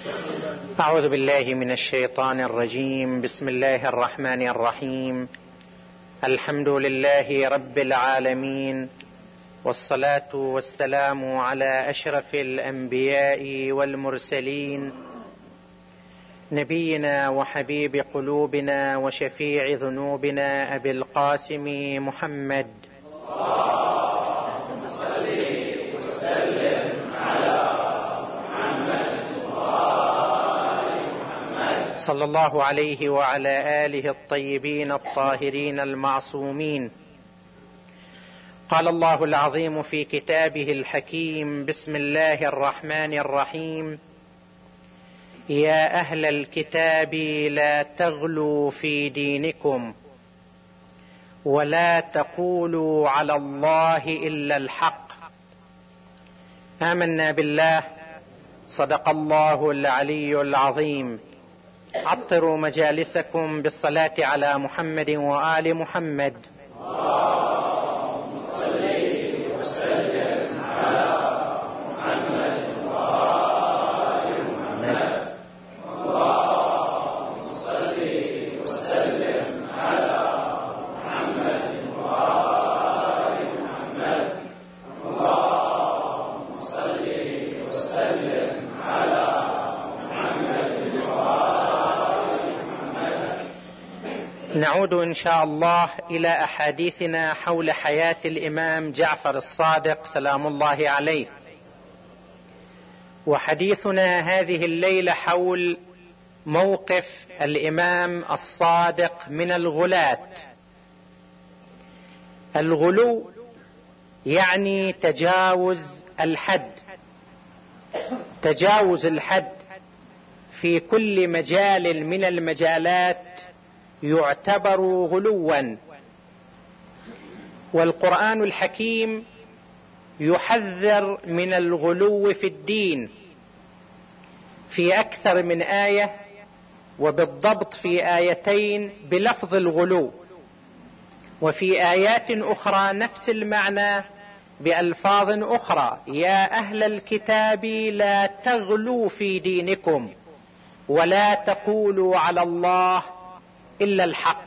أعوذ بالله من الشيطان الرجيم. بسم الله الرحمن الرحيم. الحمد لله رب العالمين، والصلاة والسلام على أشرف الأنبياء والمرسلين، نبينا وحبيب قلوبنا وشفيع ذنوبنا أبي القاسم محمد. اللهم صل وسلم على محمد وآل محمد صلى الله عليه وعلى آله الطيبين الطاهرين المعصومين. قال الله العظيم في كتابه الحكيم: بسم الله الرحمن الرحيم: يا أهل الكتاب لا تغلوا في دينكم ولا تقولوا على الله إلا الحق. آمنا بالله، صدق الله العلي العظيم. عطروا مجالسكم بالصلاة على محمد وآل محمد. اللهم صل وسلم على محمد وآل محمد. اللهم صل وسلم على محمد وآل محمد. اللهم صل وسلم على محمد وآل محمد. نعود إن شاء الله إلى أحاديثنا حول حياة الإمام جعفر الصادق سلام الله عليه، وحديثنا هذه الليلة حول موقف الإمام الصادق من الغلاة. الغلو يعني تجاوز الحد، تجاوز الحد في كل مجال من المجالات يعتبر غلوا، والقرآن الحكيم يحذر من الغلو في الدين في أكثر من آية، وبالضبط في آيتين بلفظ الغلو، وفي آيات أخرى نفس المعنى بألفاظ أخرى: يا أهل الكتاب لا تغلوا في دينكم ولا تقولوا على الله إلا الحق.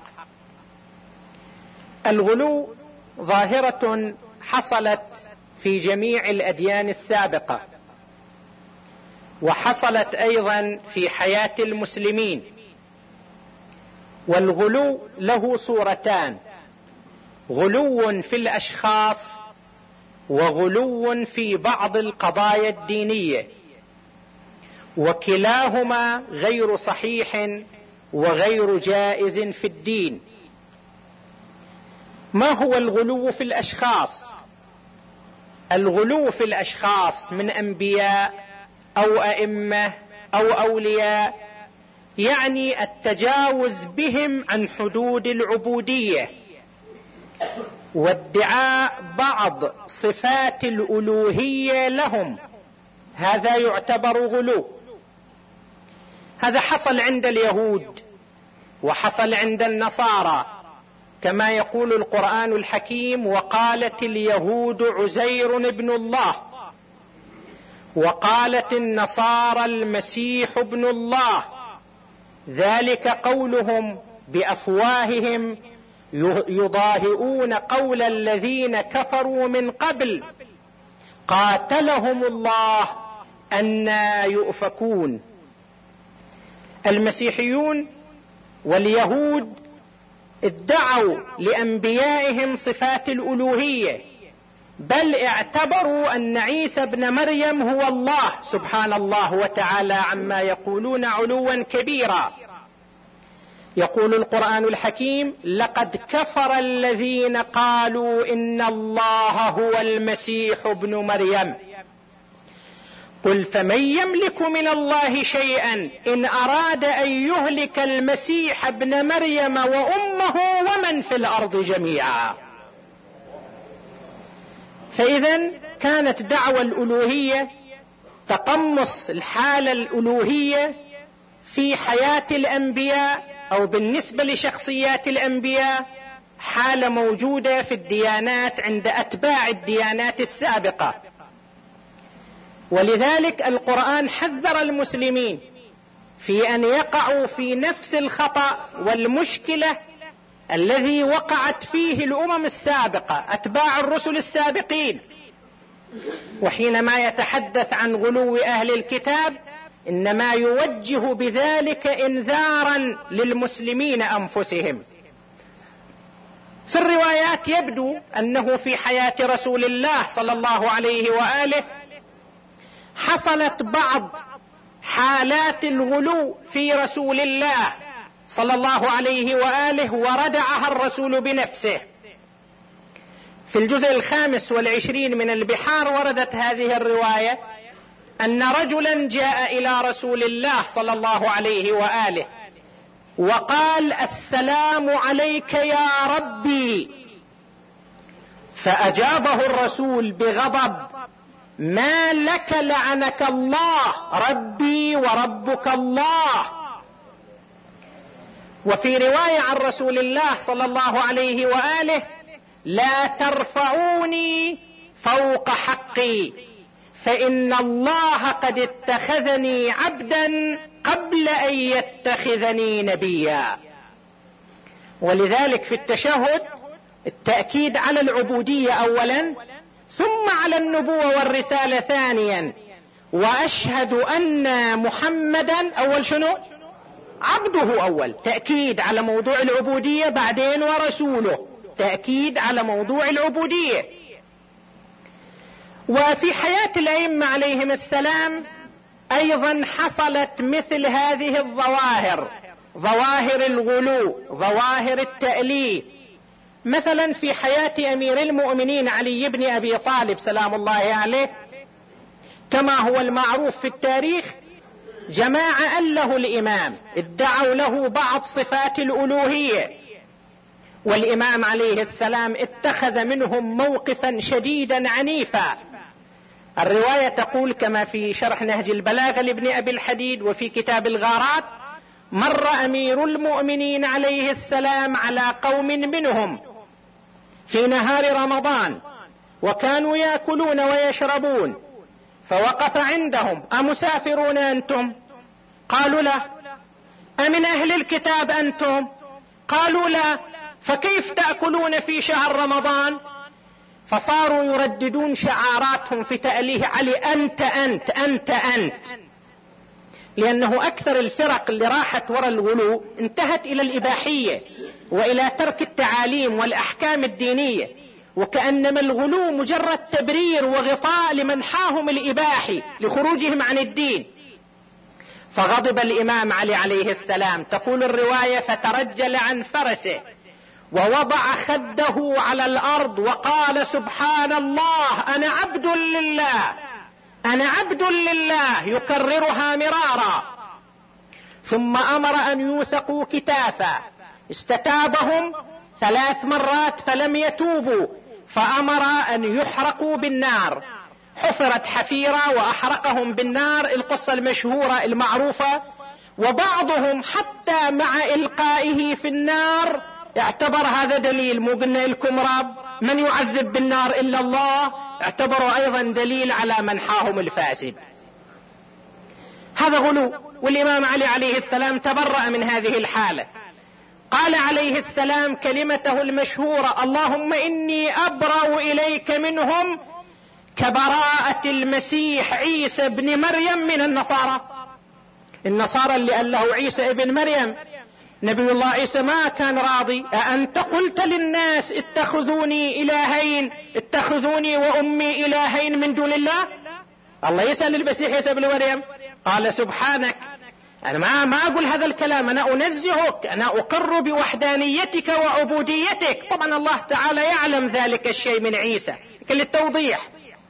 الغلو ظاهرة حصلت في جميع الأديان السابقة، وحصلت أيضا في حياة المسلمين. والغلو له صورتان: غلو في الأشخاص وغلو في بعض القضايا الدينية، وكلاهما غير صحيح وغير جائز في الدين. ما هو الغلو في الأشخاص؟ الغلو في الأشخاص من أنبياء أو أئمة أو أولياء، يعني التجاوز بهم عن حدود العبودية وادعاء بعض صفات الألوهية لهم، هذا يعتبر غلو. هذا حصل عند اليهود وحصل عند النصارى، كما يقول القرآن الحكيم: وقالت اليهود عزير ابن الله، وقالت النصارى المسيح ابن الله، ذلك قولهم بأفواههم يضاهئون قول الذين كفروا من قبل قاتلهم الله أنى يؤفكون. المسيحيون واليهود ادعوا لأنبيائهم صفات الألوهية، بل اعتبروا أن عيسى ابن مريم هو الله، سبحان الله وتعالى عما يقولون علوا كبيرا. يقول القرآن الحكيم: لقد كفر الذين قالوا إن الله هو المسيح ابن مريم، قل فمن يملك من الله شيئا إن أراد أن يهلك المسيح ابن مريم وأمه ومن في الأرض جميعا. فإذا كانت دعوى الألوهية تقمص الحالة الألوهية في حياة الأنبياء أو بالنسبة لشخصيات الأنبياء، حالة موجودة في الديانات عند أتباع الديانات السابقة. ولذلك القرآن حذر المسلمين في أن يقعوا في نفس الخطأ والمشكلة الذي وقعت فيه الأمم السابقة أتباع الرسل السابقين. وحينما يتحدث عن غلو أهل الكتاب إنما يوجه بذلك إنذارا للمسلمين أنفسهم. في الروايات يبدو أنه في حياة رسول الله صلى الله عليه وآله حصلت بعض حالات الغلو في رسول الله صلى الله عليه وآله وردعها الرسول بنفسه. في الجزء 25 من البحار وردت هذه الرواية أن رجلا جاء إلى رسول الله صلى الله عليه وآله وقال: السلام عليك يا ربي. فأجابه الرسول بغضب: ما لك لعنك الله، ربي وربك الله. وفي رواية عن رسول الله صلى الله عليه وآله: لا ترفعوني فوق حقي فإن الله قد اتخذني عبدا قبل أن يتخذني نبيا. ولذلك في التشهد التأكيد على العبودية أولا، ثم على النبوة والرسالة ثانيا. وأشهد أن محمدا أول شنو؟ عبده أول، تأكيد على موضوع العبودية، بعدين ورسوله، تأكيد على موضوع العبودية. وفي حياة الأئمة عليهم السلام أيضا حصلت مثل هذه الظواهر، ظواهر الغلو، ظواهر التأليه. مثلا في حياة أمير المؤمنين علي بن أبي طالب سلام الله عليه، كما هو المعروف في التاريخ، جماعة أله الإمام ادعوا له بعض صفات الألوهية، والإمام عليه السلام اتخذ منهم موقفا شديدا عنيفا. الرواية تقول كما في شرح نهج البلاغة لابن أبي الحديد وفي كتاب الغارات: مر أمير المؤمنين عليه السلام على قوم منهم في نهار رمضان وكانوا يأكلون ويشربون، فوقف عندهم: أمسافرون أنتم؟ قالوا لا. أمن أهل الكتاب أنتم؟ قالوا لا. فكيف تأكلون في شهر رمضان؟ فصاروا يرددون شعاراتهم في تأليه علي: أنت أنت أنت أنت. لأنه أكثر الفرق اللي راحت وراء الغلو انتهت إلى الإباحية وإلى ترك التعاليم والأحكام الدينية، وكأنما الغلو مجرد تبرير وغطاء لمنحاهم الإباحي لخروجهم عن الدين. فغضب الإمام علي عليه السلام، تقول الرواية: فترجل عن فرسه ووضع خده على الأرض وقال: سبحان الله، أنا عبد لله، أنا عبد لله، يكررها مرارا. ثم أمر أن يوثقوا كتافا، استتابهم 3 مرات فلم يتوبوا، فأمر أن يحرقوا بالنار. حفرت حفيرة وأحرقهم بالنار، القصة المشهورة المعروفة. وبعضهم حتى مع إلقائه في النار اعتبر هذا دليل، مو قلنا لكم رب من يعذب بالنار إلا الله، اعتبروا أيضا دليل على منحاهم الفاسد. هذا غلو. والإمام علي عليه السلام تبرأ من هذه الحالة. قال عليه السلام كلمته المشهورة: اللهم إني أبرأ إليك منهم كبراءة المسيح عيسى بن مريم من النصارى. النصارى اللي قال له عيسى ابن مريم، نبي الله عيسى ما كان راضي: أأنت قلت للناس اتخذوني إلهين، اتخذوني وأمي إلهين من دون الله؟ الله يسأل المسيح عيسى ابن مريم، قال: سبحانك، أنا ما أقول هذا الكلام، أنا أنزهك، أنا أقر بوحدانيتك وعبوديتك. طبعا الله تعالى يعلم ذلك الشيء من عيسى، لكن التوضيح.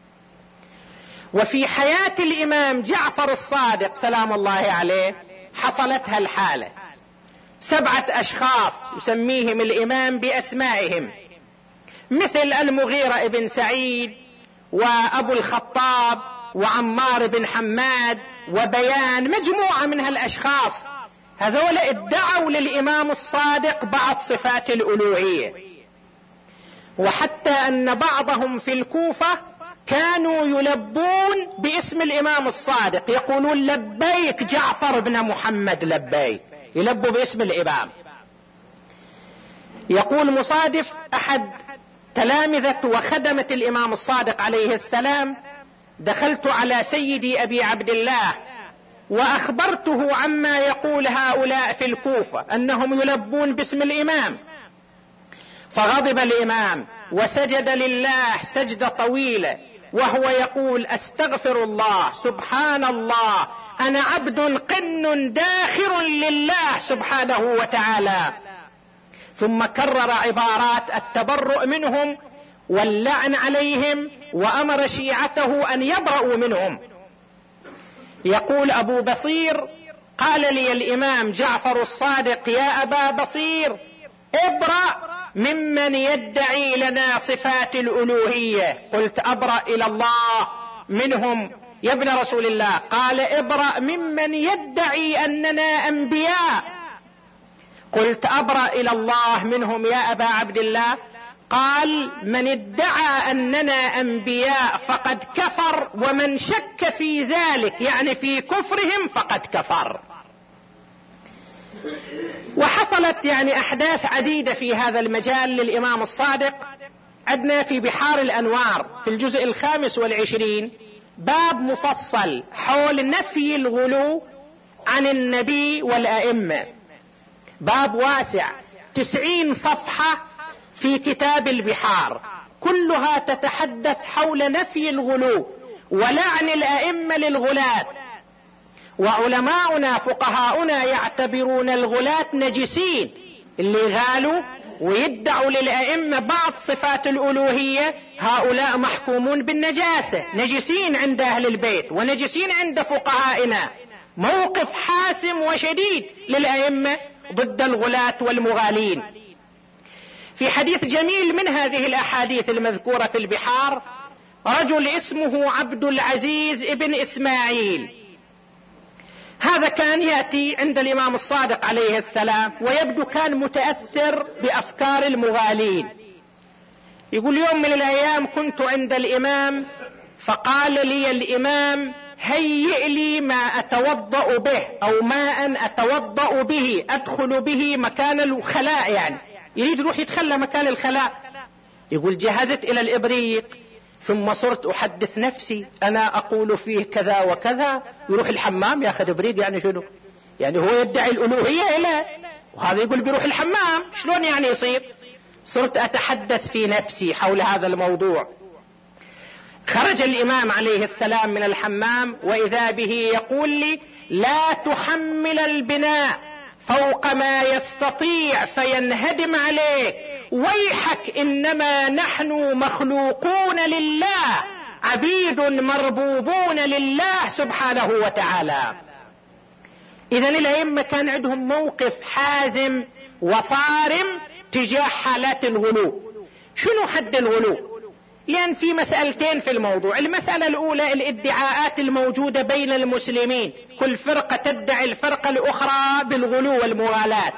وفي حياة الإمام جعفر الصادق سلام الله عليه حصلت هالحالة. 7 أشخاص يسميهم الإمام بأسمائهم، مثل المغيرة بن سعيد وأبو الخطاب وعمار بن حماد وبيان، مجموعة من هالأشخاص هذول ادعوا للإمام الصادق بعض صفات الألوهية. وحتى أن بعضهم في الكوفة كانوا يلبون باسم الامام الصادق، يقولون لبيك جعفر بن محمد لبيك، يلبوا باسم الامام. يقول مصادف احد تلامذة وخدمة الامام الصادق عليه السلام: دخلت على سيدي ابي عبد الله واخبرته عما يقول هؤلاء في الكوفة انهم يلبون باسم الامام، فغضب الامام وسجد لله سجدة طويلة وهو يقول: استغفر الله، سبحان الله، انا عبد قن داخر لله سبحانه وتعالى. ثم كرر عبارات التبرؤ منهم واللعن عليهم، وامر شيعته ان يبرؤوا منهم. يقول ابو بصير: قال لي الامام جعفر الصادق: يا ابا بصير، ابرأ ممن يدعي لنا صفات الالوهية. قلت: ابرأ الى الله منهم يا ابن رسول الله. قال: ابرأ ممن يدعي اننا انبياء. قلت: ابرأ الى الله منهم يا ابا عبد الله. قال: من ادعى اننا انبياء فقد كفر، ومن شك في ذلك يعني في كفرهم فقد كفر. وحصلت احداث عديدة في هذا المجال للامام الصادق. عندنا في بحار الانوار في الجزء 25 باب مفصل حول نفي الغلو عن النبي والائمة، باب واسع 90 صفحة في كتاب البحار، كلها تتحدث حول نفي الغلو ولعن الائمة للغلاة. وعلماؤنا فقهاؤنا يعتبرون الغلاة نجسين، اللي غالوا ويدعوا للائمة بعض صفات الالوهية هؤلاء محكومون بالنجاسة، نجسين عند اهل البيت ونجسين عند فقهائنا. موقف حاسم وشديد للائمة ضد الغلاة والمغالين. في حديث جميل من هذه الاحاديث المذكورة في البحار، رجل اسمه عبد العزيز ابن اسماعيل، هذا كان يأتي عند الامام الصادق عليه السلام ويبدو كان متأثر بافكار المغالين. يقول: يوم من الايام كنت عند الامام فقال لي الامام: هيئ لي ما اتوضأ به، او ماء اتوضأ به ادخل به مكان الخلاء، يريد يروح يتخلى مكان الخلاء. يقول: جهزت الى الابريق ثم صرت احدث نفسي انا اقول فيه كذا وكذا. يروح الحمام ياخذ ابريق، شنو؟ هو يدعي الالوهية؟ لا، وهذا يقول بيروح الحمام، شلون يصير؟ صرت اتحدث في نفسي حول هذا الموضوع. خرج الامام عليه السلام من الحمام واذا به يقول لي: لا تحمل البناء فوق ما يستطيع فينهدم عليك، ويحك، انما نحن مخلوقون لله، عبيد مربوبون لله سبحانه وتعالى. اذا الائمة كان عندهم موقف حازم وصارم تجاه حالات الغلو. شنو حد الغلو؟ لان في مسألتين في الموضوع. المسألة الاولى الادعاءات الموجودة بين المسلمين، كل فرقة تدعي الفرقة الاخرى بالغلو والمغالاة.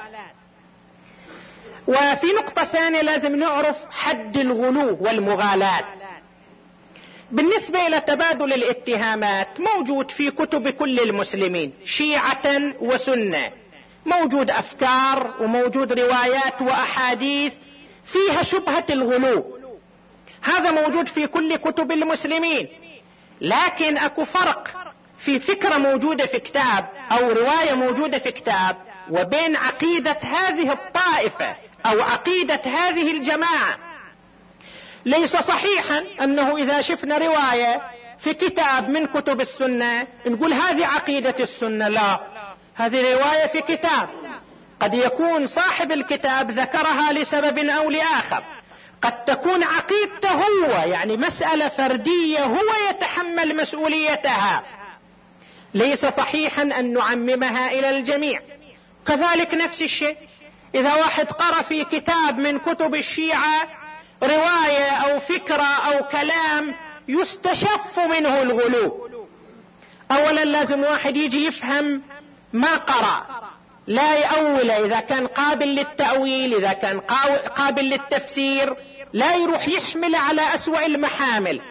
وفي نقطة ثانية لازم نعرف حد الغلو والمغالاة. بالنسبة الى تبادل الاتهامات، موجود في كتب كل المسلمين شيعة وسنة، موجود افكار وموجود روايات واحاديث فيها شبهة الغلو، هذا موجود في كل كتب المسلمين. لكن اكو فرق في فكرة موجودة في كتاب او رواية موجودة في كتاب وبين عقيدة هذه الطائفة او عقيدة هذه الجماعة. ليس صحيحا انه اذا شفنا رواية في كتاب من كتب السنة نقول هذه عقيدة السنة، لا، هذه رواية في كتاب، قد يكون صاحب الكتاب ذكرها لسبب او لاخر، قد تكون عقيدته هو، مسألة فردية هو يتحمل مسؤوليتها، ليس صحيحا ان نعممها الى الجميع. كذلك نفس الشيء اذا واحد قرأ في كتاب من كتب الشيعة رواية او فكرة او كلام يستشف منه الغلو، اولا لازم واحد يجي يفهم ما قرأ، لا يأول، اذا كان قابل للتأويل، اذا كان قابل للتفسير، لا يروح يحمل على اسوأ المحامل.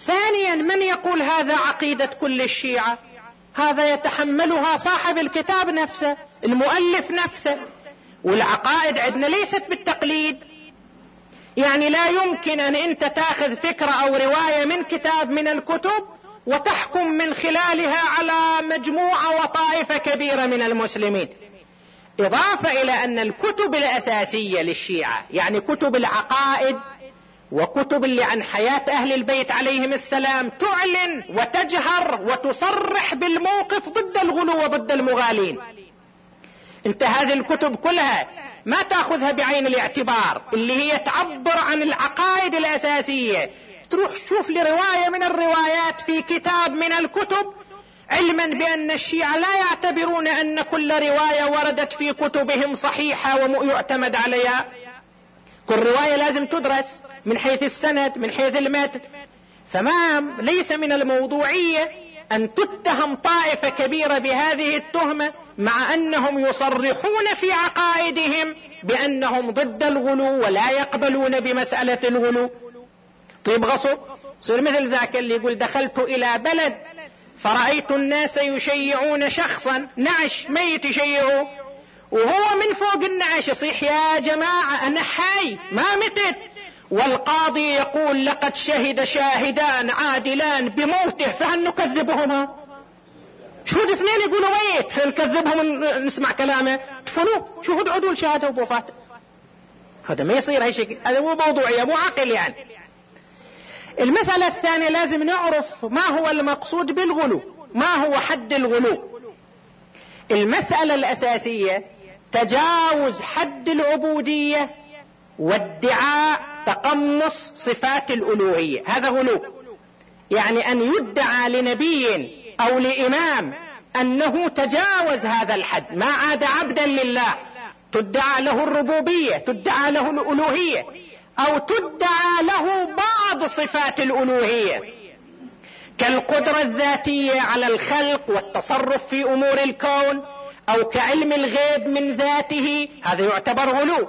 ثانيا، من يقول هذا عقيدة كل الشيعة؟ هذا يتحملها صاحب الكتاب نفسه، المؤلف نفسه. والعقائد عندنا ليست بالتقليد، يعني لا يمكن ان انت تاخذ فكرة او رواية من كتاب من الكتب وتحكم من خلالها على مجموعة وطائفة كبيرة من المسلمين. اضافة الى ان الكتب الاساسية للشيعة، يعني كتب العقائد وكتب اللي عن حياة اهل البيت عليهم السلام، تعلن وتجهر وتصرح بالموقف ضد الغلو وضد المغالين. انت هذه الكتب كلها ما تاخذها بعين الاعتبار، اللي هي تعبر عن العقائد الاساسية. تروح تشوف لي رواية من الروايات في كتاب من الكتب، علما بان الشيعة لا يعتبرون ان كل رواية وردت في كتبهم صحيحة ويعتمد عليها. كل رواية لازم تدرس من حيث السند، من حيث المتن. فما ليس من الموضوعية ان تتهم طائفة كبيرة بهذه التهمة، مع انهم يصرحون في عقائدهم بانهم ضد الغلو ولا يقبلون بمسألة الغلو. طيب غصب، صير مثل ذاك اللي يقول دخلت الى بلد فرأيت الناس يشيعون شخصا، نعش ميت يشيعوه، وهو من فوق النعش يصيح يا جماعة انا حي ما متت، والقاضي يقول لقد شهد شاهدان عادلان بموته فهل نكذبهما؟ شو اثنين يقولوا ميت هل نكذبهم نسمع كلامه؟ تفنوه شهود عدول شهاده بوفاته. هذا ما يصير هالشكل، هذا مو موضوعية مو عقل. يعني المسألة الثانية لازم نعرف ما هو المقصود بالغلو، ما هو حد الغلو. المسألة الأساسية تجاوز حد العبودية وادعاء تقمص صفات الألوهية، هذا غلو. يعني أن يدعى لنبي أو لإمام أنه تجاوز هذا الحد، ما عاد عبدا لله، تدعى له الربوبية، تدعى له الألوهية، أو تدعى له بعض صفات الألوهية كالقدرة الذاتية على الخلق والتصرف في أمور الكون، أو كعلم الغيب من ذاته، هذا يعتبر غلو.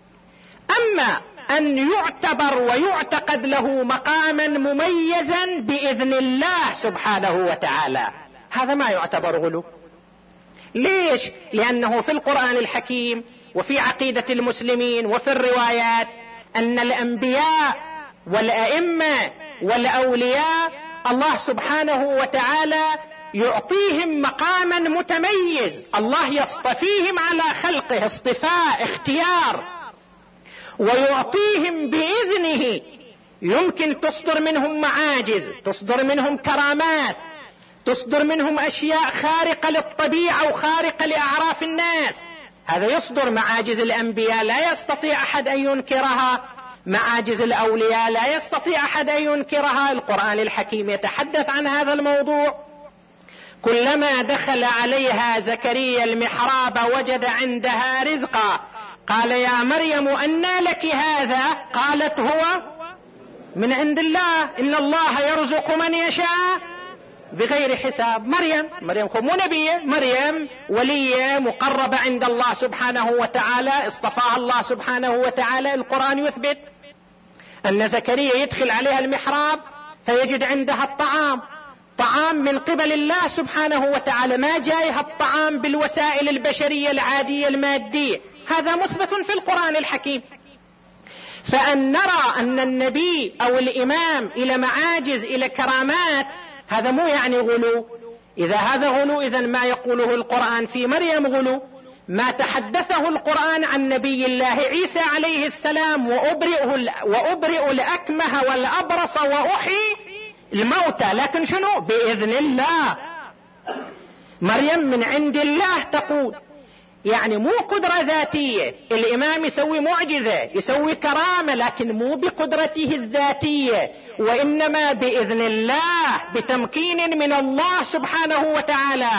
أما أن يعتبر ويعتقد له مقاما مميزا بإذن الله سبحانه وتعالى، هذا ما يعتبر غلو. ليش؟ لأنه في القرآن الحكيم وفي عقيدة المسلمين وفي الروايات أن الأنبياء والأئمة والأولياء الله سبحانه وتعالى يعطيهم مقاما متميز، الله يصطفيهم على خلقه اصطفاء اختيار، ويعطيهم بإذنه. يمكن تصدر منهم معاجز، تصدر منهم كرامات، تصدر منهم أشياء خارقة للطبيعة وخارقة لأعراف الناس. هذا يصدر معاجز الأنبياء لا يستطيع أحد أن ينكرها، معاجز الأولياء لا يستطيع أحد أن ينكرها. القرآن الحكيم يتحدث عن هذا الموضوع. كلما دخل عليها زكريا المحراب وجد عندها رزقا قال يا مريم أنى لك هذا؟ قالت هو من عند الله إن الله يرزق من يشاء بغير حساب. مريم مو نبية، مريم ولية مقربة عند الله سبحانه وتعالى، اصطفاها الله سبحانه وتعالى. القرآن يثبت أن زكريا يدخل عليها المحراب فيجد عندها الطعام، طعام من قبل الله سبحانه وتعالى، ما جايها الطعام بالوسائل البشرية العادية المادية. هذا مثبت في القرآن الحكيم. فأن نرى أن النبي أو الإمام إلى معاجز إلى كرامات، هذا مو يعني غلو. إذا هذا غلو إذن ما يقوله القرآن في مريم غلو. ما تحدثه القرآن عن نبي الله عيسى عليه السلام وأبرئ الأكمه والأبرص وأحيي الموتى، لكن شنو؟ بإذن الله. مريم من عند الله تقول، يعني مو قدرة ذاتية. الإمام يسوي معجزة يسوي كرامة لكن مو بقدرته الذاتية، وإنما بإذن الله بتمكين من الله سبحانه وتعالى.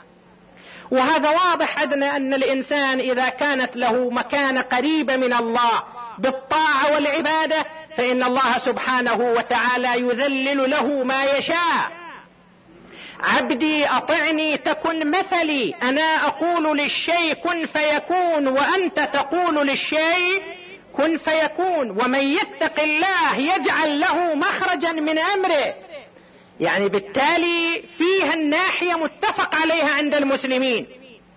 وهذا واضح عندنا أن الإنسان إذا كانت له مكانة قريبة من الله بالطاعة والعبادة فإن الله سبحانه وتعالى يذلل له ما يشاء. عبدي أطعني تكن مثلي، أنا أقول للشيء كن فيكون وأنت تقول للشيء كن فيكون، ومن يتق الله يجعل له مخرجا من أمره. يعني بالتالي فيها الناحية متفق عليها عند المسلمين.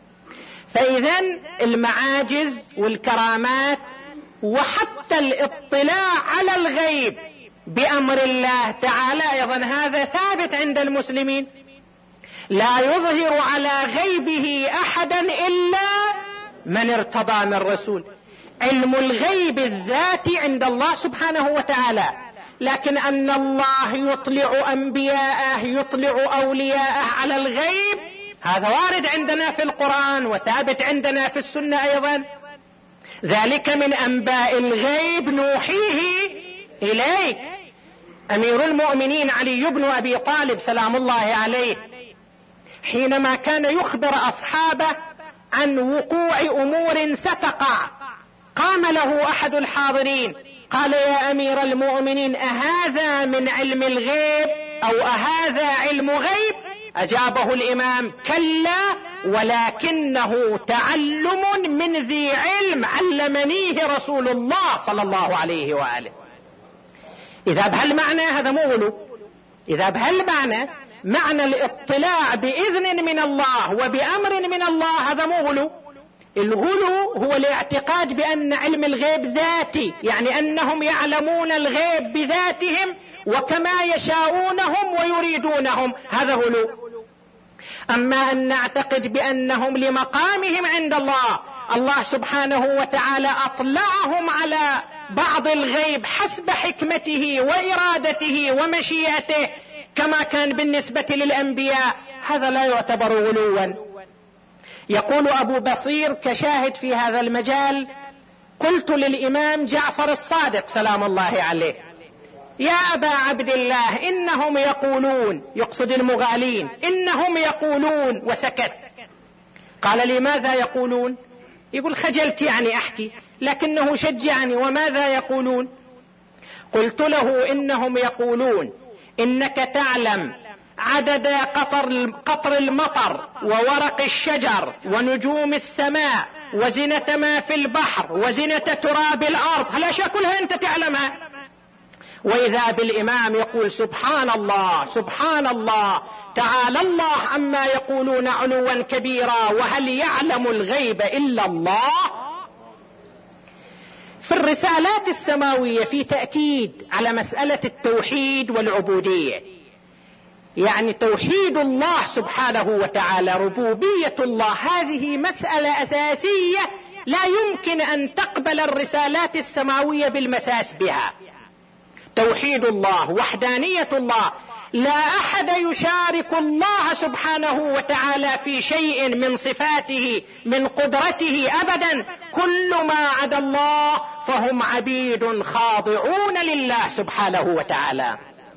فإذا المعاجز والكرامات وحتى الاطلاع على الغيب بأمر الله تعالى أيضا هذا ثابت عند المسلمين. لا يظهر على غيبه أحدا إلا من ارتضى من رسول. علم الغيب الذاتي عند الله سبحانه وتعالى، لكن أن الله يطلع أنبياءه يطلع أولياءه على الغيب هذا وارد عندنا في القرآن وثابت عندنا في السنة أيضا. ذلك من أنباء الغيب نوحيه إليك. أمير المؤمنين علي بن أبي طالب سلام الله عليه حينما كان يخبر أصحابه عن وقوع أمور ستقع، قام له أحد الحاضرين قال: يا أمير المؤمنين أهذا من علم الغيب أو أهذا علم غيب؟ أجابه الإمام: كلا، ولكنه تعلم من ذي علم علمنيه رسول الله صلى الله عليه وآله. إذا بهالمعنى هذا مو غلو. إذا بهالمعنى معنى الاطلاع بإذن من الله وبأمر من الله هذا مو غلو. الغلو هو الاعتقاد بأن علم الغيب ذاتي، يعني أنهم يعلمون الغيب بذاتهم وكما يشاءونهم ويريدونهم، هذا غلو. أما أن نعتقد بأنهم لمقامهم عند الله، الله سبحانه وتعالى أطلعهم على بعض الغيب حسب حكمته وإرادته ومشيئته كما كان بالنسبة للأنبياء، هذا لا يعتبر غلوا. يقول أبو بصير كشاهد في هذا المجال: قلت للإمام جعفر الصادق سلام الله عليه: يا أبا عبد الله إنهم يقولون، يقصد المغالين، إنهم يقولون، وسكت. قال: لماذا يقولون؟ يقول: خجلت يعني أحكي، لكنه شجعني: وماذا يقولون؟ قلت له: إنهم يقولون إنك تعلم عدد قطر المطر وورق الشجر ونجوم السماء وزنة ما في البحر وزنة تراب الأرض، هالأشياء كلها أنت تعلمها. وإذا بالإمام يقول: سبحان الله سبحان الله، تعالى الله عما يقولون علوا كبيرا، وهل يعلم الغيب إلا الله؟ في الرسالات السماوية في تأكيد على مسألة التوحيد والعبودية، يعني توحيد الله سبحانه وتعالى، ربوبية الله، هذه مسألة أساسية لا يمكن أن تقبل الرسالات السماوية بالمساس بها. توحيد الله، وحدانية الله، لا أحد يشارك الله سبحانه وتعالى في شيء من صفاته من قدرته أبدا، كل ما عدا الله فهم عبيد خاضعون لله سبحانه وتعالى.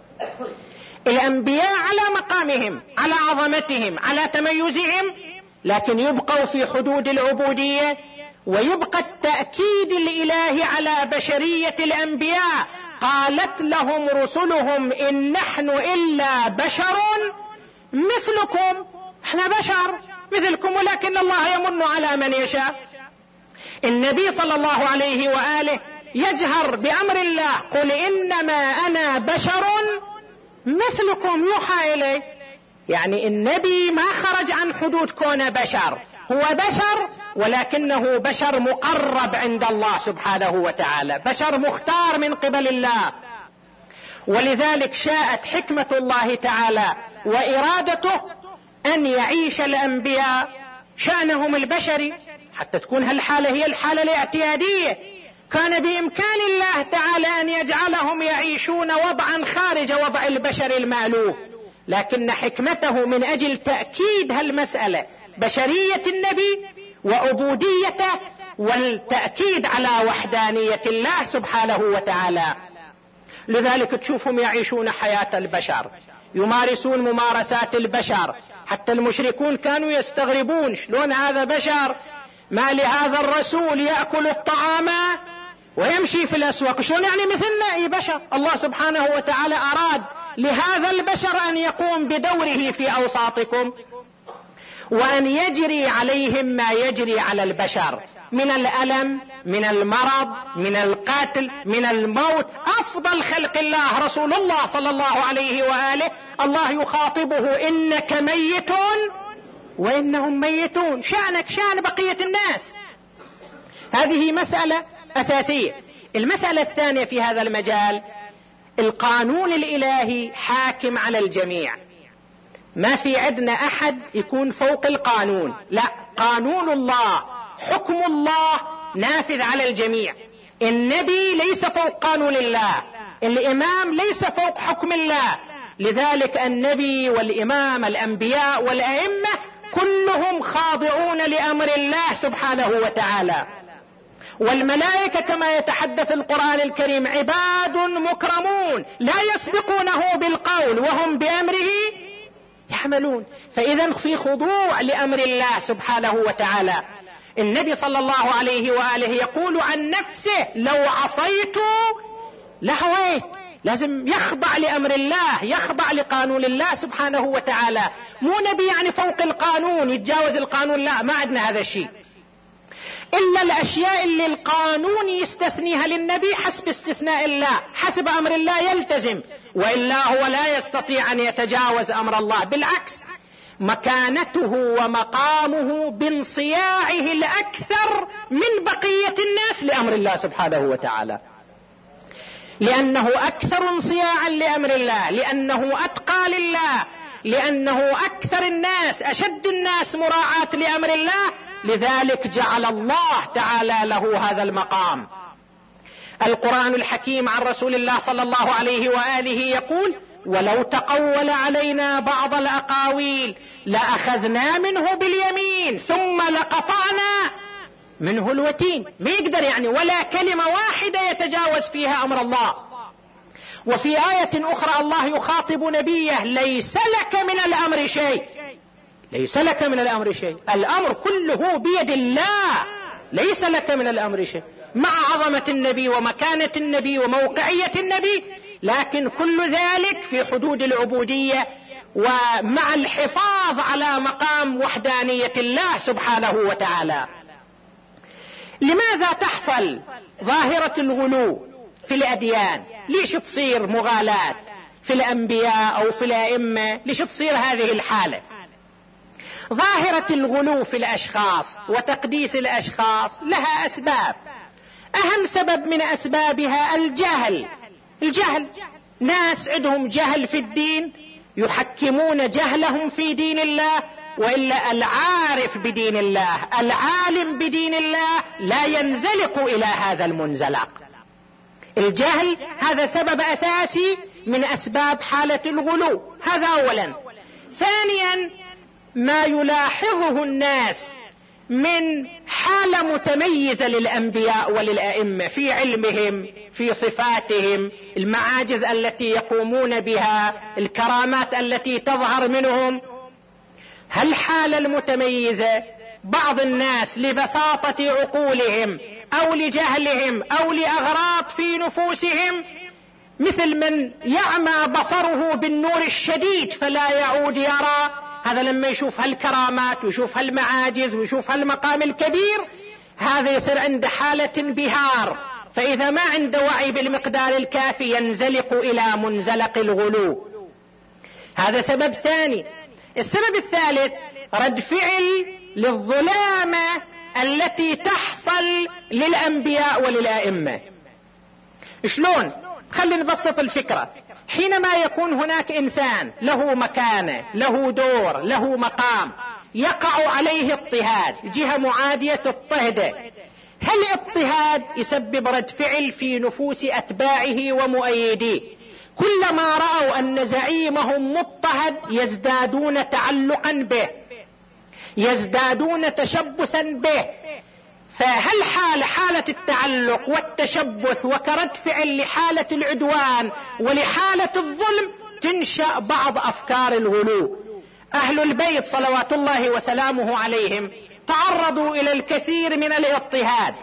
الأنبياء على مقامهم، على عظمتهم، على تميزهم، لكن يبقوا في حدود العبودية، ويبقى التأكيد الإلهي على بشرية الأنبياء. قالت لهم رسلهم: إن نحن إلا بشر مثلكم، احنا بشر مثلكم، ولكن الله يمن على من يشاء. النبي صلى الله عليه وآله يجهر بأمر الله: قل إنما أنا بشر مثلكم يوحى إلي. يعني النبي ما خرج عن حدود كونه بشر، هو بشر ولكنه بشر مقرب عند الله سبحانه وتعالى، بشر مختار من قبل الله. ولذلك شاءت حكمة الله تعالى وإرادته أن يعيش الأنبياء شأنهم البشري حتى تكون هالحالة هي الحالة الاعتيادية. كان بإمكان الله تعالى أن يجعلهم يعيشون وضعا خارج وضع البشر المألوف، لكن حكمته من أجل تأكيد هالمسألة، بشرية النبي وعبوديته، والتأكيد على وحدانية الله سبحانه وتعالى. لذلك تشوفهم يعيشون حياة البشر، يمارسون ممارسات البشر. حتى المشركون كانوا يستغربون: شلون هذا بشر؟ ما لهذا الرسول يأكل الطعام ويمشي في الأسواق، شلون يعني مثلنا؟ أي بشر. الله سبحانه وتعالى أراد لهذا البشر أن يقوم بدوره في أوساطكم. وأن يجري عليهم ما يجري على البشر من الألم، من المرض، من القتل، من الموت. أفضل خلق الله رسول الله صلى الله عليه وآله الله يخاطبه: إنك ميت وإنهم ميتون. شأنك شأن بقية الناس. هذه مسألة أساسية. المسألة الثانية في هذا المجال: القانون الإلهي حاكم على الجميع، ما في عندنا أحد يكون فوق القانون، لا، قانون الله، حكم الله نافذ على الجميع. النبي ليس فوق قانون الله، الإمام ليس فوق حكم الله. لذلك النبي والإمام، الأنبياء والأئمة كلهم خاضعون لأمر الله سبحانه وتعالى. والملائكة كما يتحدث القرآن الكريم عباد مكرمون لا يسبقونه بالقول وهم بأمره يعملون. فإذا في خضوع لأمر الله سبحانه وتعالى. النبي صلى الله عليه وآله يقول عن نفسه: لو عصيت لهويت. لازم يخضع لأمر الله، يخضع لقانون الله سبحانه وتعالى. مو نبي يعني فوق القانون يتجاوز القانون، لا، ما عندنا هذا الشيء، إلا الأشياء اللي القانون يستثنيها للنبي حسب استثناء الله، حسب أمر الله يلتزم، وإلا هو لا يستطيع أن يتجاوز أمر الله. بالعكس، مكانته ومقامه بانصياعه الأكثر من بقية الناس لأمر الله سبحانه وتعالى، لأنه أكثر انصياعا لأمر الله، لأنه أتقى لله، لأنه أكثر الناس، أشد الناس مراعاة لأمر الله. لذلك جعل الله تعالى له هذا المقام. القرآن الحكيم عن رسول الله صلى الله عليه وآله يقول: ولو تقول علينا بعض الأقاويل لأخذنا منه باليمين ثم لقطعنا منه الوتين. ما يقدر يعني ولا كلمة واحدة يتجاوز فيها أمر الله. وفي آية أخرى الله يخاطب نبيه: ليس لك من الأمر شيء، ليس لك من الأمر شيء، الأمر كله بيد الله، ليس لك من الأمر شيء. مع عظمة النبي ومكانة النبي وموقعية النبي، لكن كل ذلك في حدود العبودية ومع الحفاظ على مقام وحدانية الله سبحانه وتعالى. لماذا تحصل ظاهرة الغلو في الأديان؟ ليش تصير مغالاة في الأنبياء أو في الأئمة؟ ليش تصير هذه الحالة؟ ظاهرة الغلو في الأشخاص وتقديس الأشخاص لها أسباب. أهم سبب من أسبابها الجهل. الجهل، ناس عندهم جهل في الدين يحكمون جهلهم في دين الله، وإلا العارف بدين الله، العالم بدين الله لا ينزلق إلى هذا المنزلق. الجهل هذا سبب أساسي من أسباب حالة الغلو، هذا أولا. ثانيا، ما يلاحظه الناس من حالة متميزة للأنبياء وللأئمة في علمهم، في صفاتهم، المعاجز التي يقومون بها، الكرامات التي تظهر منهم. هالحالة المتميزة بعض الناس لبساطة عقولهم أو لجهلهم أو لأغراض في نفوسهم، مثل من يعمى بصره بالنور الشديد فلا يعود يرى، هذا لما يشوف هالكرامات ويشوف هالمعاجز ويشوف هالمقام الكبير، هذا يصير عنده حالة انبهار، فإذا ما عنده وعي بالمقدار الكافي ينزلق إلى منزلق الغلو. هذا سبب ثاني. السبب الثالث رد فعل للظلامة التي تحصل للأنبياء وللأئمة. شلون؟ خلينا نبسط الفكرة. حينما يكون هناك إنسان له مكانة، له دور، له مقام، يقع عليه اضطهاد، جهة معادية تضطهده، هل الاضطهاد يسبب رد فعل في نفوس أتباعه ومؤيديه؟ كلما رأوا أن زعيمهم مضطهد يزدادون تعلقا به، يزدادون تشبثا به. فهل حالة التعلق والتشبث وكرد فعل لحالة العدوان ولحالة الظلم تنشأ بعض أفكار الغلو. أهل البيت صلوات الله وسلامه عليهم تعرضوا إلى الكثير من الاضطهاد،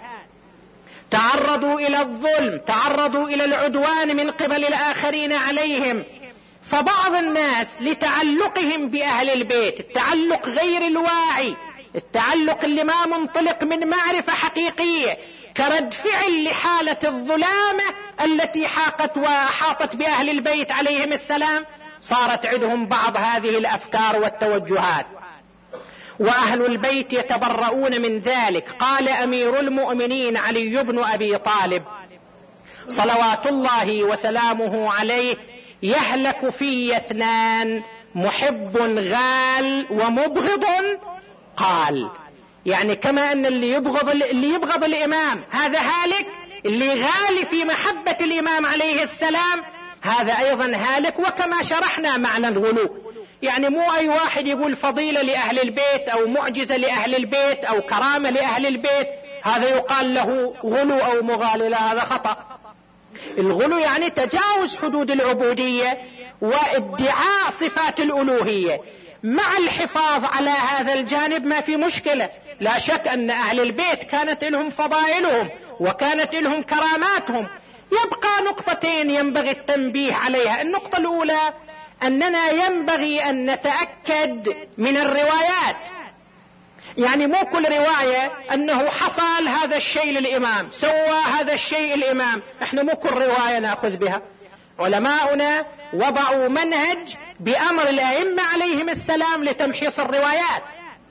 تعرضوا إلى الظلم، تعرضوا إلى العدوان من قبل الآخرين عليهم، فبعض الناس لتعلقهم بأهل البيت، التعلق غير الواعي، التعلق اللي ما منطلق من معرفة حقيقية، كرد فعل لحالة الظلامة التي حاطت بأهل البيت عليهم السلام، صارت عندهم بعض هذه الأفكار والتوجهات، وأهل البيت يتبرؤون من ذلك. قال أمير المؤمنين علي بن أبي طالب صلوات الله وسلامه عليه: يهلك في اثنان، محب غال ومبغض قال. يعني كما أن اللي يبغض الإمام هذا هالك، اللي غالي في محبة الإمام عليه السلام هذا أيضا هالك. وكما شرحنا معنى الغلو، يعني مو أي واحد يقول فضيلة لأهل البيت أو معجزة لأهل البيت أو كرامة لأهل البيت هذا يقال له غلو أو مغالي، لا، هذا خطأ. الغلو يعني تجاوز حدود العبودية وادعاء صفات الألوهية، مع الحفاظ على هذا الجانب ما في مشكلة. لا شك أن أهل البيت كانت لهم فضائلهم وكانت لهم كراماتهم. يبقى نقطتين ينبغي التنبيه عليها. النقطة الأولى أننا ينبغي أن نتأكد من الروايات، يعني مو كل رواية أنه حصل هذا الشيء للإمام، سوى هذا الشيء الإمام، احنا مو كل رواية نأخذ بها. علماؤنا وضعوا منهج بأمر الأئمة عليهم السلام لتمحيص الروايات.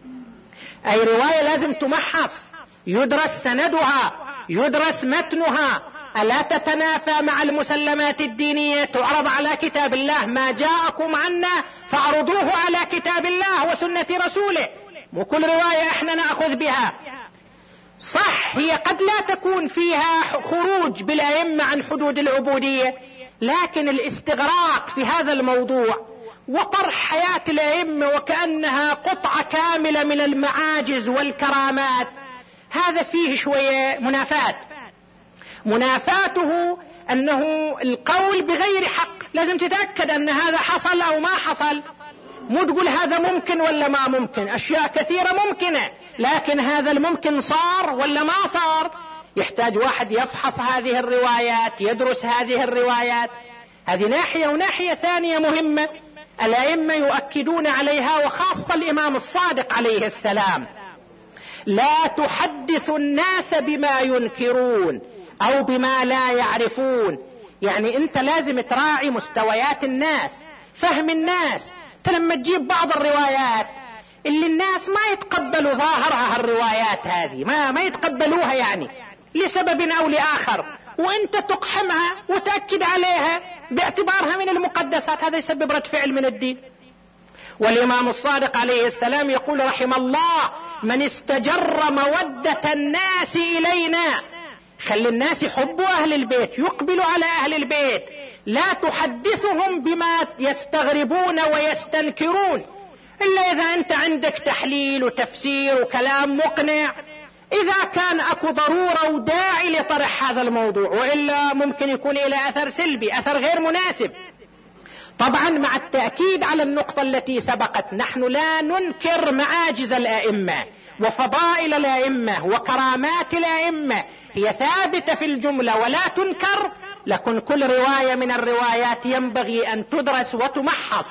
أي رواية لازم تمحص، يدرس سندها، يدرس متنها، ألا تتنافى مع المسلمات الدينية، تعرض على كتاب الله، ما جاءكم عنا فاعرضوه على كتاب الله وسنة رسوله. مو كل رواية احنا نأخذ بها. صح هي قد لا تكون فيها خروج بالأئمة عن حدود العبودية، لكن الاستغراق في هذا الموضوع وطرح حياة الأئمة وكأنها قطعة كاملة من المعاجز والكرامات هذا فيه شوية منافات. منافاته أنه القول بغير حق، لازم تتأكد أن هذا حصل أو ما حصل. مو تقول هذا ممكن ولا ما ممكن، أشياء كثيرة ممكنة، لكن هذا الممكن صار ولا ما صار. يحتاج واحد يفحص هذه الروايات، يدرس هذه الروايات. هذه ناحية. وناحية ثانية مهمة الأئمة يؤكدون عليها، وخاصة الإمام الصادق عليه السلام: لا تحدث الناس بما ينكرون أو بما لا يعرفون. يعني أنت لازم تراعي مستويات الناس، فهم الناس. لما تجيب بعض الروايات اللي الناس ما يتقبلوا ظاهرها، الروايات هذه ما يتقبلوها يعني لسبب أو لآخر، وانت تقحمها وتأكد عليها باعتبارها من المقدسات، هذا يسبب رد فعل من الدين. والإمام الصادق عليه السلام يقول: رحم الله من استجر مودة الناس إلينا. خلي الناس يحبوا أهل البيت، يقبلوا على أهل البيت، لا تحدثهم بما يستغربون ويستنكرون، إلا إذا أنت عندك تحليل وتفسير وكلام مقنع، إذا كان أكو ضرورة وداعي لطرح هذا الموضوع، وإلا ممكن يكون إلى أثر سلبي، أثر غير مناسب. طبعا مع التأكيد على النقطة التي سبقت، نحن لا ننكر معاجز الأئمة وفضائل الأئمة وكرامات الأئمة، هي ثابتة في الجملة ولا تنكر، لكن كل رواية من الروايات ينبغي أن تدرس وتمحص.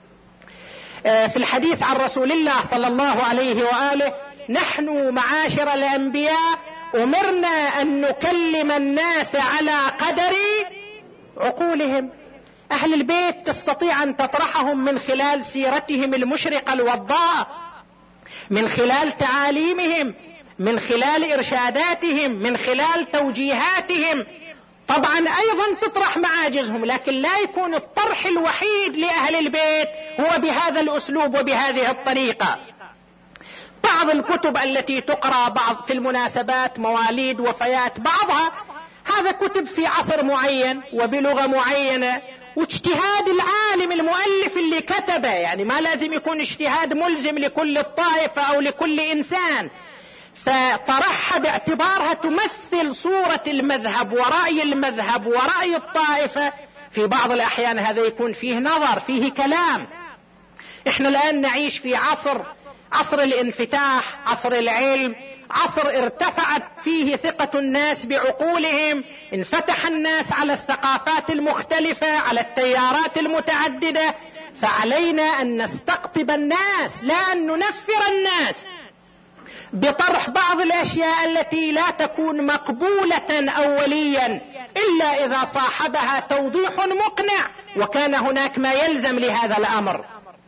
في الحديث عن رسول الله صلى الله عليه وآله: نحن معاشر الأنبياء أمرنا أن نكلم الناس على قدر عقولهم. أهل البيت تستطيع أن تطرحهم من خلال سيرتهم المشرقة الوضاء، من خلال تعاليمهم، من خلال إرشاداتهم، من خلال توجيهاتهم. طبعا أيضا تطرح معاجزهم، لكن لا يكون الطرح الوحيد لأهل البيت هو بهذا الأسلوب وبهذه الطريقة. بعض الكتب التي تقرأ بعض في المناسبات، مواليد، وفيات، بعضها هذا كتب في عصر معين وبلغة معينة، واجتهاد العالم المؤلف اللي كتبه، يعني ما لازم يكون اجتهاد ملزم لكل الطائفة أو لكل إنسان، فطرحها باعتبارها تمثل صورة المذهب ورأي المذهب ورأي الطائفة. في بعض الأحيان هذا يكون فيه نظر، فيه كلام. احنا الآن نعيش في عصر الانفتاح، عصر العلم، عصر ارتفعت فيه ثقة الناس بعقولهم، انفتح الناس على الثقافات المختلفة، على التيارات المتعددة، فعلينا أن نستقطب الناس لا أن ننفر الناس بطرح بعض الأشياء التي لا تكون مقبولة أوليا إلا إذا صاحبها توضيح مقنع وكان هناك ما يلزم لهذا الأمر.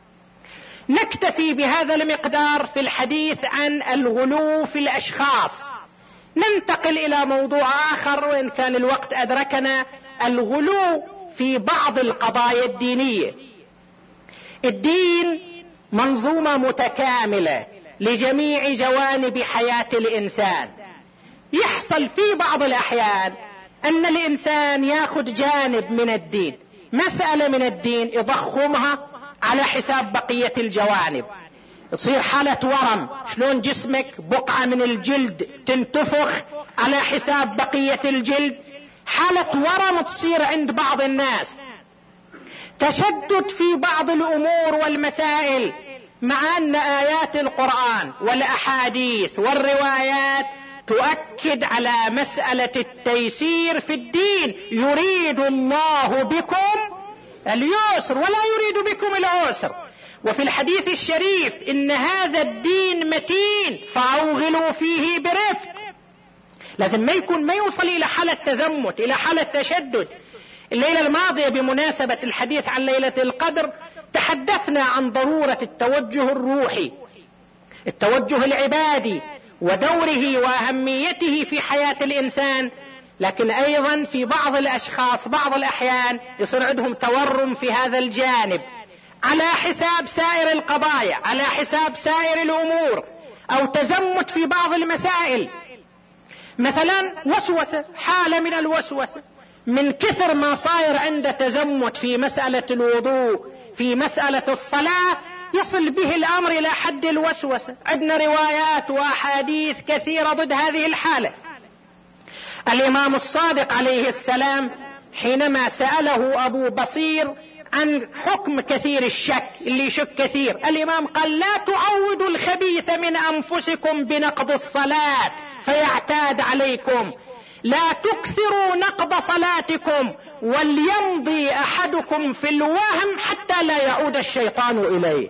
نكتفي بهذا المقدار في الحديث عن الغلو في الأشخاص. ننتقل إلى موضوع آخر وإن كان الوقت أدركنا، الغلو في بعض القضايا الدينية. الدين منظومة متكاملة لجميع جوانب حياة الإنسان. يحصل في بعض الأحيان أن الإنسان يأخذ جانب من الدين، مسألة من الدين، يضخمها على حساب بقية الجوانب. تصير حالة ورم، شلون جسمك بقعة من الجلد تنتفخ على حساب بقية الجلد، حالة ورم تصير عند بعض الناس. تشدد في بعض الأمور والمسائل، مع أن آيات القرآن والأحاديث والروايات تؤكد على مسألة التيسير في الدين. يريد الله بكم اليسر ولا يريد بكم العسر. وفي الحديث الشريف إن هذا الدين متين فأوغلوا فيه برفق. لازم ما يوصل إلى حالة تزمت، إلى حالة تشدد. الليلة الماضية بمناسبة الحديث عن ليلة القدر تحدثنا عن ضرورة التوجه الروحي، التوجه العبادي، ودوره وأهميته في حياة الإنسان. لكن أيضا في بعض الأشخاص بعض الأحيان يصير عندهم تورم في هذا الجانب على حساب سائر القضايا، على حساب سائر الأمور، أو تزمت في بعض المسائل. مثلا وسوسة، حالة من الوسوسة، من كثر ما صاير عنده تزمت في مسألة الوضوء، في مسألة الصلاة، يصل به الأمر إلى حد الوسوسة. عندنا روايات وأحاديث كثيرة ضد هذه الحالة. الإمام الصادق عليه السلام حينما سأله أبو بصير عن حكم كثير الشك، اللي يشك كثير، الإمام قال: لا تعودوا الخبيث من أنفسكم بنقض الصلاة فيعتاد عليكم، لا تكثروا نقض صلاتكم، وليمضي أحدكم في الوهم حتى لا يعود الشيطان إليه.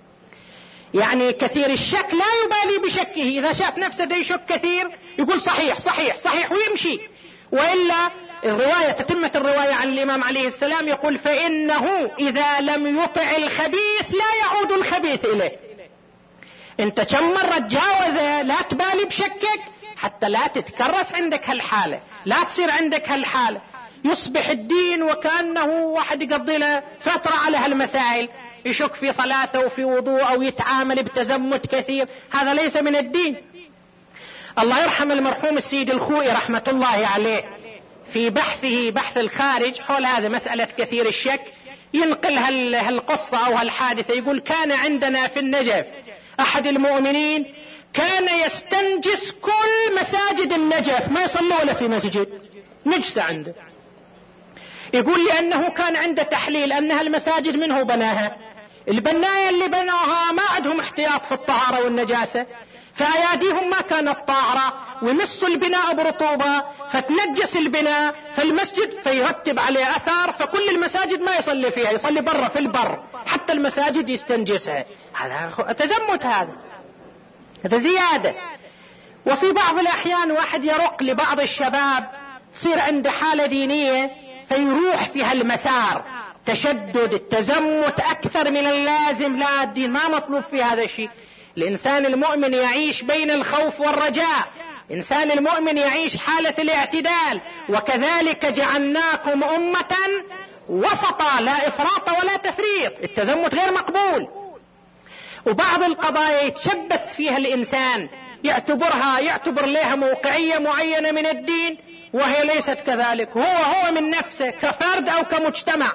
يعني كثير الشك لا يبالي بشكه، إذا شاف نفسه ده يشك كثير يقول صحيح صحيح صحيح ويمشي. وإلا الرواية تتمة الرواية عن الإمام عليه السلام يقول: فإنه إذا لم يطع الخبيث لا يعود الخبيث إليه. انت كم مرة تجاوزه لا تبالي بشكك حتى لا تتكرس عندك هالحالة، لا تصير عندك هالحالة. يصبح الدين وكأنه واحد يقضي له فترة على هالمسائل، يشك في صلاته وفي وضوء أو يتعامل بتزمت كثير. هذا ليس من الدين. الله يرحم المرحوم السيد الخوئي رحمة الله عليه في بحثه بحث الخارج حول هذا مسألة كثير الشك ينقل هالقصة أو هالحادثة. يقول: كان عندنا في النجف أحد المؤمنين كان يستنجس كل مساجد النجف، ما يصلوا له في مسجد، نجسة عنده. يقول: لأنه كان عنده تحليل أنها المساجد منه بناها، البناية اللي بنوها ما عندهم احتياط في الطهارة والنجاسة، فأياديهم ما كانت طاهرة، ويمسوا البناء برطوبة فتنجس البناء فالمسجد فيرتب عليه أثار، فكل المساجد ما يصلي فيها، يصلي برا في البر، حتى المساجد يستنجسها. هذا تزمت، هذا زيادة. وفي بعض الأحيان واحد يرق لبعض الشباب تصير عنده حالة دينية فيروح في هالمسار، تشدد التزمت أكثر من اللازم. لا، الدين ما مطلوب في هذا الشيء. الإنسان المؤمن يعيش بين الخوف والرجاء، الإنسان المؤمن يعيش حالة الاعتدال. وكذلك جعلناكم أمة وسطا لا إفراط ولا تفريط. التزمت غير مقبول. وبعض القضايا يتشبث فيها الإنسان، يعتبر لها موقعية معينة من الدين وهي ليست كذلك، هو من نفسه كفرد أو كمجتمع.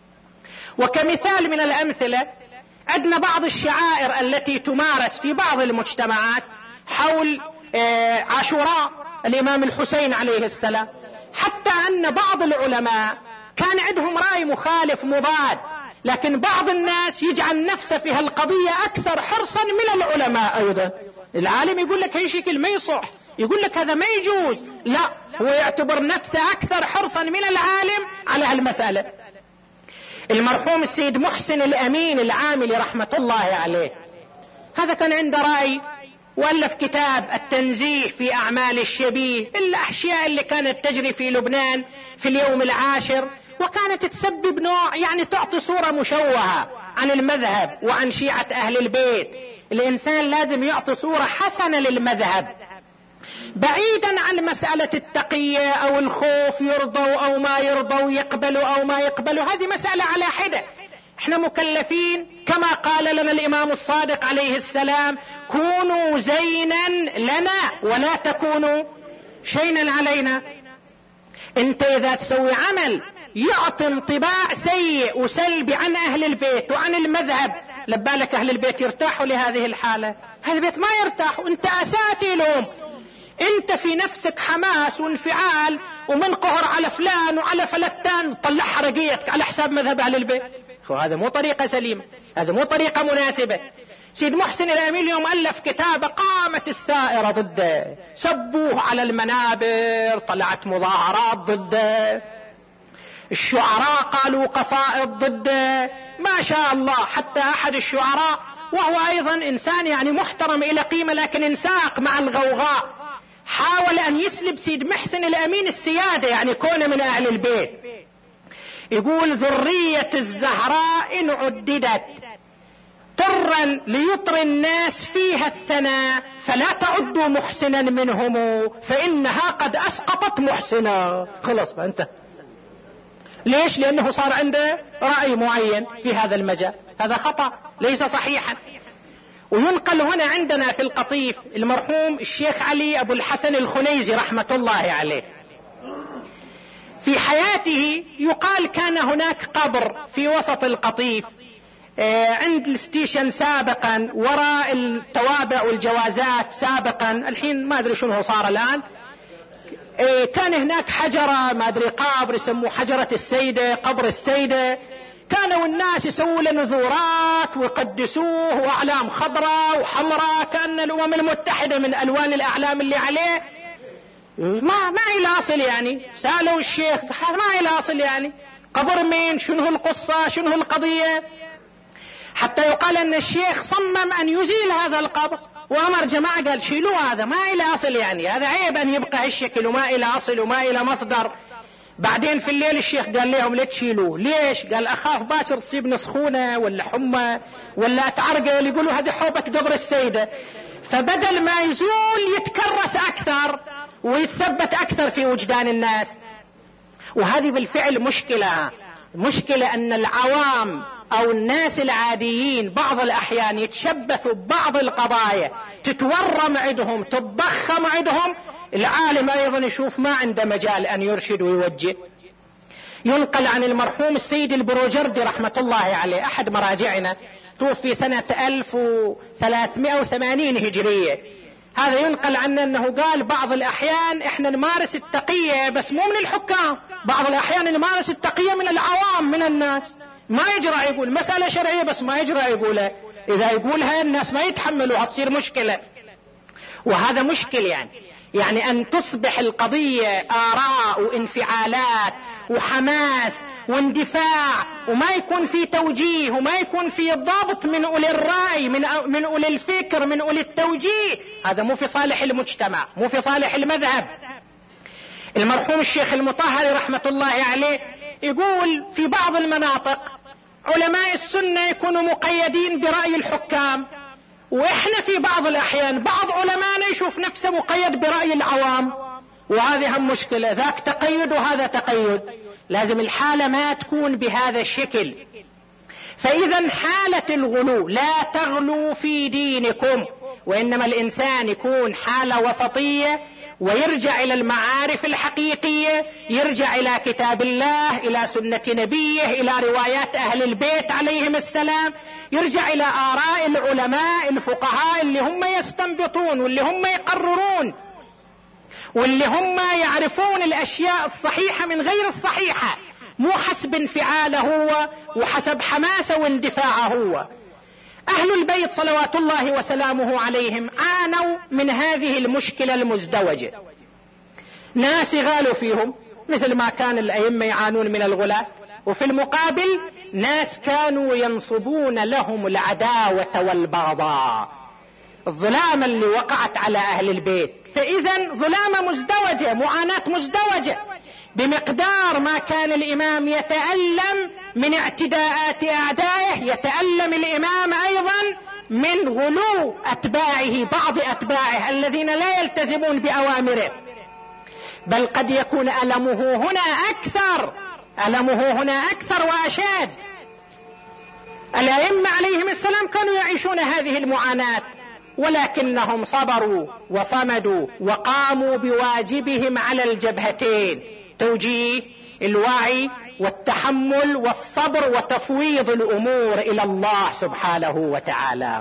وكمثال من الأمثلة، عندنا بعض الشعائر التي تمارس في بعض المجتمعات حول عاشوراء الإمام الحسين عليه السلام، حتى أن بعض العلماء كان عندهم رأي مخالف مضاد، لكن بعض الناس يجعل نفسه في هالقضية أكثر حرصا من العلماء أيضا. العالم يقول لك هي شكل ما يصح، يقول لك هذا ما يجوز، لا، هو يعتبر نفسه أكثر حرصا من العالم على هالمسألة. المرحوم السيد محسن الأمين العاملي رحمة الله عليه، هذا كان عنده رأي، وألف كتاب التنزيه في أعمال الشبيه، الأشياء اللي كانت تجري في لبنان في اليوم العاشر، وكانت تسبب نوع يعني تعطي صورة مشوهة عن المذهب وعن شيعة أهل البيت. الإنسان لازم يعطي صورة حسنة للمذهب، بعيدا عن مسألة التقية أو الخوف، يرضوا أو ما يرضوا، يقبلوا أو ما يقبلوا، هذه مسألة على حدة. احنا مكلفين كما قال لنا الإمام الصادق عليه السلام: كونوا زينا لنا ولا تكونوا شينا علينا. انت اذا تسوي عمل يعطي انطباع سيء وسلبي عن اهل البيت وعن المذهب، لبالك اهل البيت يرتاحوا لهذه الحالة؟ اهل البيت ما يرتاحوا، انت اسأت لهم، انت في نفسك حماس وانفعال ومن قهر على فلان وعلى فلتان، طلع حرقيتك على حساب مذهب اهل البيت، وهذا مو طريقة سليمة، هذا مو طريقة مناسبة. سيد محسن الأمين اليوم ألف كتاب قامت الثائرة ضده، سبوه على المنابر، طلعت مظاهرات ضده، الشعراء قالوا قصائد ضده، ما شاء الله. حتى أحد الشعراء وهو أيضا إنسان يعني محترم إلى قيمة لكن انساق مع الغوغاء، حاول أن يسلب سيد محسن الأمين السيادة، يعني كونه من أهل البيت. يقول: ذرية الزهراء إن عددت طرا ليطر الناس فيها الثناء، فلا تعدوا محسنا منهم فإنها قد أسقطت محسنا. خلاص بقى انت. ليش؟ لأنه صار عنده رأي معين في هذا المجال، هذا خطأ ليس صحيحا. وينقل هنا عندنا في القطيف المرحوم الشيخ علي أبو الحسن الخنيزي رحمة الله عليه، في حياته يقال كان هناك قبر في وسط القطيف عند الستيشن سابقا، وراء التوابع والجوازات سابقا، الحين ما أدري شنو صار الآن. كان هناك حجرة ما أدري قبر يسموه حجرة السيدة، قبر السيدة، كانوا الناس يسووا له نذورات ويقدسوه وأعلام خضراء وحمراء، كأن الأمم المتحدة من ألوان الأعلام اللي عليه. ما إلى أصل يعني. سألوا الشيخ ما إلى أصل يعني، قبر مين؟ شنو القصة؟ شنو القضية؟ حتى يقال أن الشيخ صمم أن يزيل هذا القبر، وأمر جماعة قال شيلوا هذا، ما إلى أصل يعني، هذا عيب أن يبقى هالشكل وما إلى أصل وما إلى مصدر. بعدين في الليل الشيخ قال لهم لا تشيلوه. ليش؟ قال أخاف باكر تصيبني سخونة ولا حمى ولا أتعرقل، يقولوا هذه حوبة قبر السيدة، فبدل ما يزول يتكرس أكثر ويتثبت أكثر في وجدان الناس. وهذه بالفعل مشكلة أن العوام أو الناس العاديين بعض الأحيان يتشبثوا ببعض القضايا، تتورم عندهم، تتضخم عندهم، العالم أيضا يشوف ما عنده مجال أن يرشد ويوجه. ينقل عن المرحوم السيد البروجردي رحمة الله عليه، أحد مراجعنا، توفي سنة 1380 هجرية. هذا ينقل عنه أنه قال بعض الأحيان إحنا نمارس التقية بس مو من الحكام، بعض الأحيان نمارس التقية من العوام من الناس، ما يجرى يقول مسألة شرعية بس ما يجرى يقولها، إذا يقولها الناس ما يتحملوا هتصير مشكلة. وهذا مشكل يعني أن تصبح القضية آراء وانفعالات وحماس واندفاع، وما يكون في توجيه وما يكون في ضابط من أولي الرأي، من أولي الفكر، من أولي التوجيه. هذا مو في صالح المجتمع، مو في صالح المذهب. المرحوم الشيخ المطهري رحمة الله عليه يقول في بعض المناطق علماء السنة يكونوا مقيدين برأي الحكام، وإحنا في بعض الأحيان بعض علماءنا يشوف نفسه مقيد برأي العوام، وهذه هم مشكلة، ذاك تقيد وهذا تقيد. لازم الحالة ما تكون بهذا الشكل. فإذا حالة الغلو، لا تغلو في دينكم، وإنما الإنسان يكون حالة وسطية ويرجع إلى المعارف الحقيقية، يرجع إلى كتاب الله، إلى سنة نبيه، إلى روايات أهل البيت عليهم السلام، يرجع إلى آراء العلماء الفقهاء اللي هم يستنبطون واللي هم يقررون واللي هم يعرفون الأشياء الصحيحة من غير الصحيحة، مو حسب انفعاله هو وحسب حماسه واندفاعه هو. أهل البيت صلوات الله وسلامه عليهم عانوا من هذه المشكلة المزدوجة، ناس غالوا فيهم مثل ما كان الأئمة يعانون من الغلاة، وفي المقابل ناس كانوا ينصبون لهم العداوة والبغضاء، الظلام اللي وقعت على أهل البيت. فإذا ظلامة مزدوجة، معاناة مزدوجة، بمقدار ما كان الإمام يتألم من اعتداءات أعدائه يتألم الإمام أيضا من غلو أتباعه، بعض أتباعه الذين لا يلتزمون بأوامره، بل قد يكون ألمه هنا أكثر وأشد. الأئمة عليهم السلام كانوا يعيشون هذه المعاناة، ولكنهم صبروا وصمدوا وقاموا بواجبهم على الجبهتين: توجيه، الوعي، والتحمل والصبر، وتفويض الأمور إلى الله سبحانه وتعالى.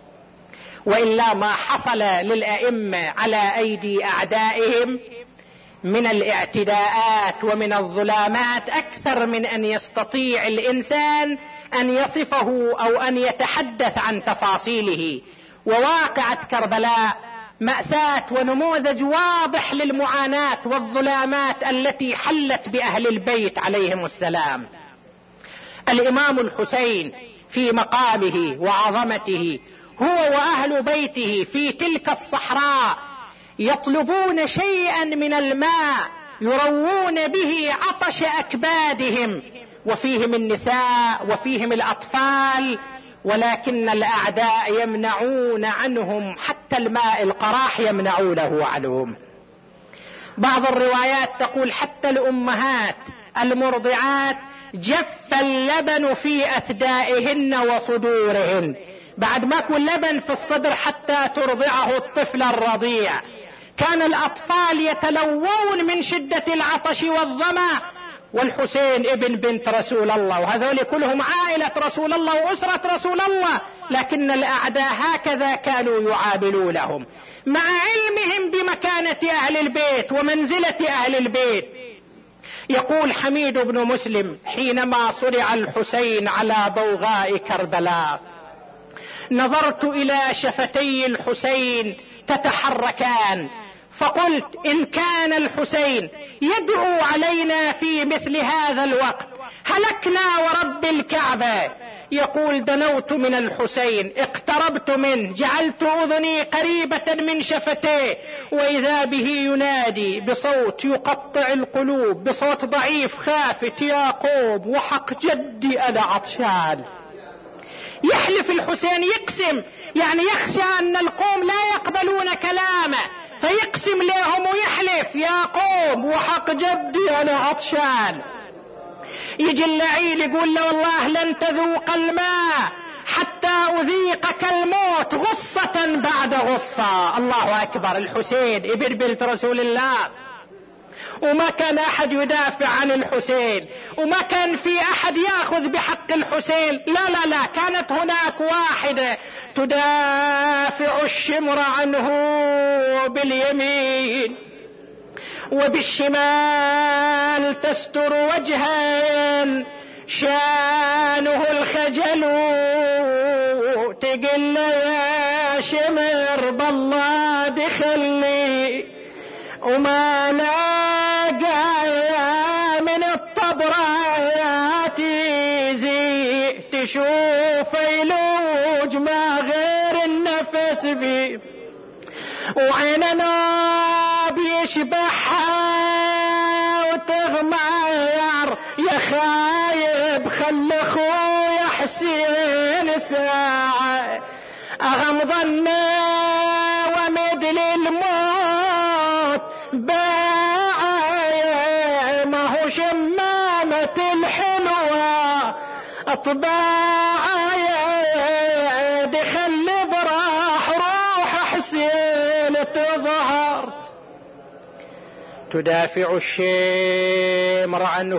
وإلا ما حصل للأئمة على أيدي أعدائهم من الاعتداءات ومن الظلامات أكثر من أن يستطيع الإنسان أن يصفه أو أن يتحدث عن تفاصيله. وواقعة كربلاء مأساة ونموذج واضح للمعاناة والظلامات التي حلت بأهل البيت عليهم السلام. الإمام الحسين في مقامه وعظمته هو وأهل بيته في تلك الصحراء يطلبون شيئا من الماء يروون به عطش أكبادهم، وفيهم النساء وفيهم الأطفال، ولكن الأعداء يمنعون عنهم حتى الماء القراح يمنعونه عنهم. بعض الروايات تقول حتى الأمهات المرضعات جف اللبن في أثدائهن وصدورهن، بعد ما يكون لبن في الصدر حتى ترضعه الطفل الرضيع. كان الأطفال يتلوون من شدة العطش والظمأ، والحسين ابن بنت رسول الله، وهذول كلهم عائلة رسول الله وأسرة رسول الله، لكن الأعداء هكذا كانوا يعاملونهم مع علمهم بمكانة أهل البيت ومنزلة أهل البيت. يقول حميد بن مسلم حينما صرع الحسين على بوغاء كربلاء: نظرت إلى شفتي الحسين تتحركان، فقلت إن كان الحسين يدعو علينا في مثل هذا الوقت هلكنا ورب الكعبة. يقول دنوت من الحسين، اقتربت منه، جعلت أذني قريبة من شفتيه، وإذا به ينادي بصوت يقطع القلوب، بصوت ضعيف خافت: يا قوم وحق جدي أنا عطشان. يحلف الحسين، يقسم، يعني يخشى أن القوم لا يقبلون كلامه، فيقسم لهم ويحلف: يا قوم وحق جدي أنا عطشان. يجي اللعين يقول له: والله لن تذوق الماء حتى أذيقك الموت غصة بعد غصة. الله أكبر. الحسين ابن بنت رسول الله، وما كان أحد يدافع عن الحسين، وما كان في أحد يأخذ بحق الحسين، لا لا لا، كانت هناك واحدة تدافع الشمر عنه باليمين وبالشمال تستر وجها شانه الخجل، تقل يا شمر بالله دخلي وما لاقى من الطبرات يزي، تشوف يلوج ما غير النفس بي، وعيننا بيشبحها وتغمير. يا خايب خل اخويا حسين ساعة اغمض ومد للموت باعي، ما هو شمامة الحلوة اطباعي، دخل براح روح حسين تظهر. تدافع الشمر عنه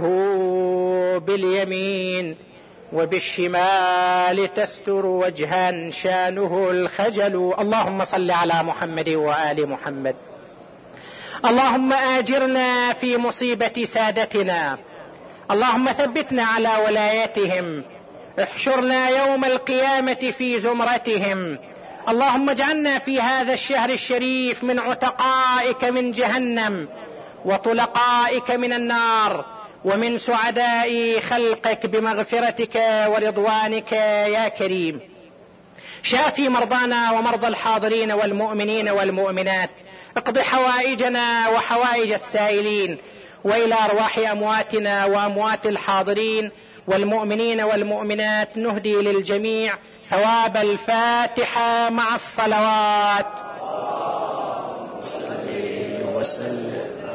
باليمين وبالشمال تستر وجها شانه الخجل. اللهم صل على محمد وآل محمد. اللهم آجرنا في مصيبة سادتنا، اللهم ثبتنا على ولايتهم، احشرنا يوم القيامة في زمرتهم. اللهم اجعلنا في هذا الشهر الشريف من عتقائك من جهنم وطلقائك من النار، ومن سعداء خلقك بمغفرتك ورضوانك يا كريم. شافي مرضانا ومرضى الحاضرين والمؤمنين والمؤمنات، اقض حوائجنا وحوائج السائلين، وإلى أرواح أمواتنا وأموات الحاضرين والمؤمنين والمؤمنات نهدي للجميع ثواب الفاتحة مع الصلوات. صلي وسلم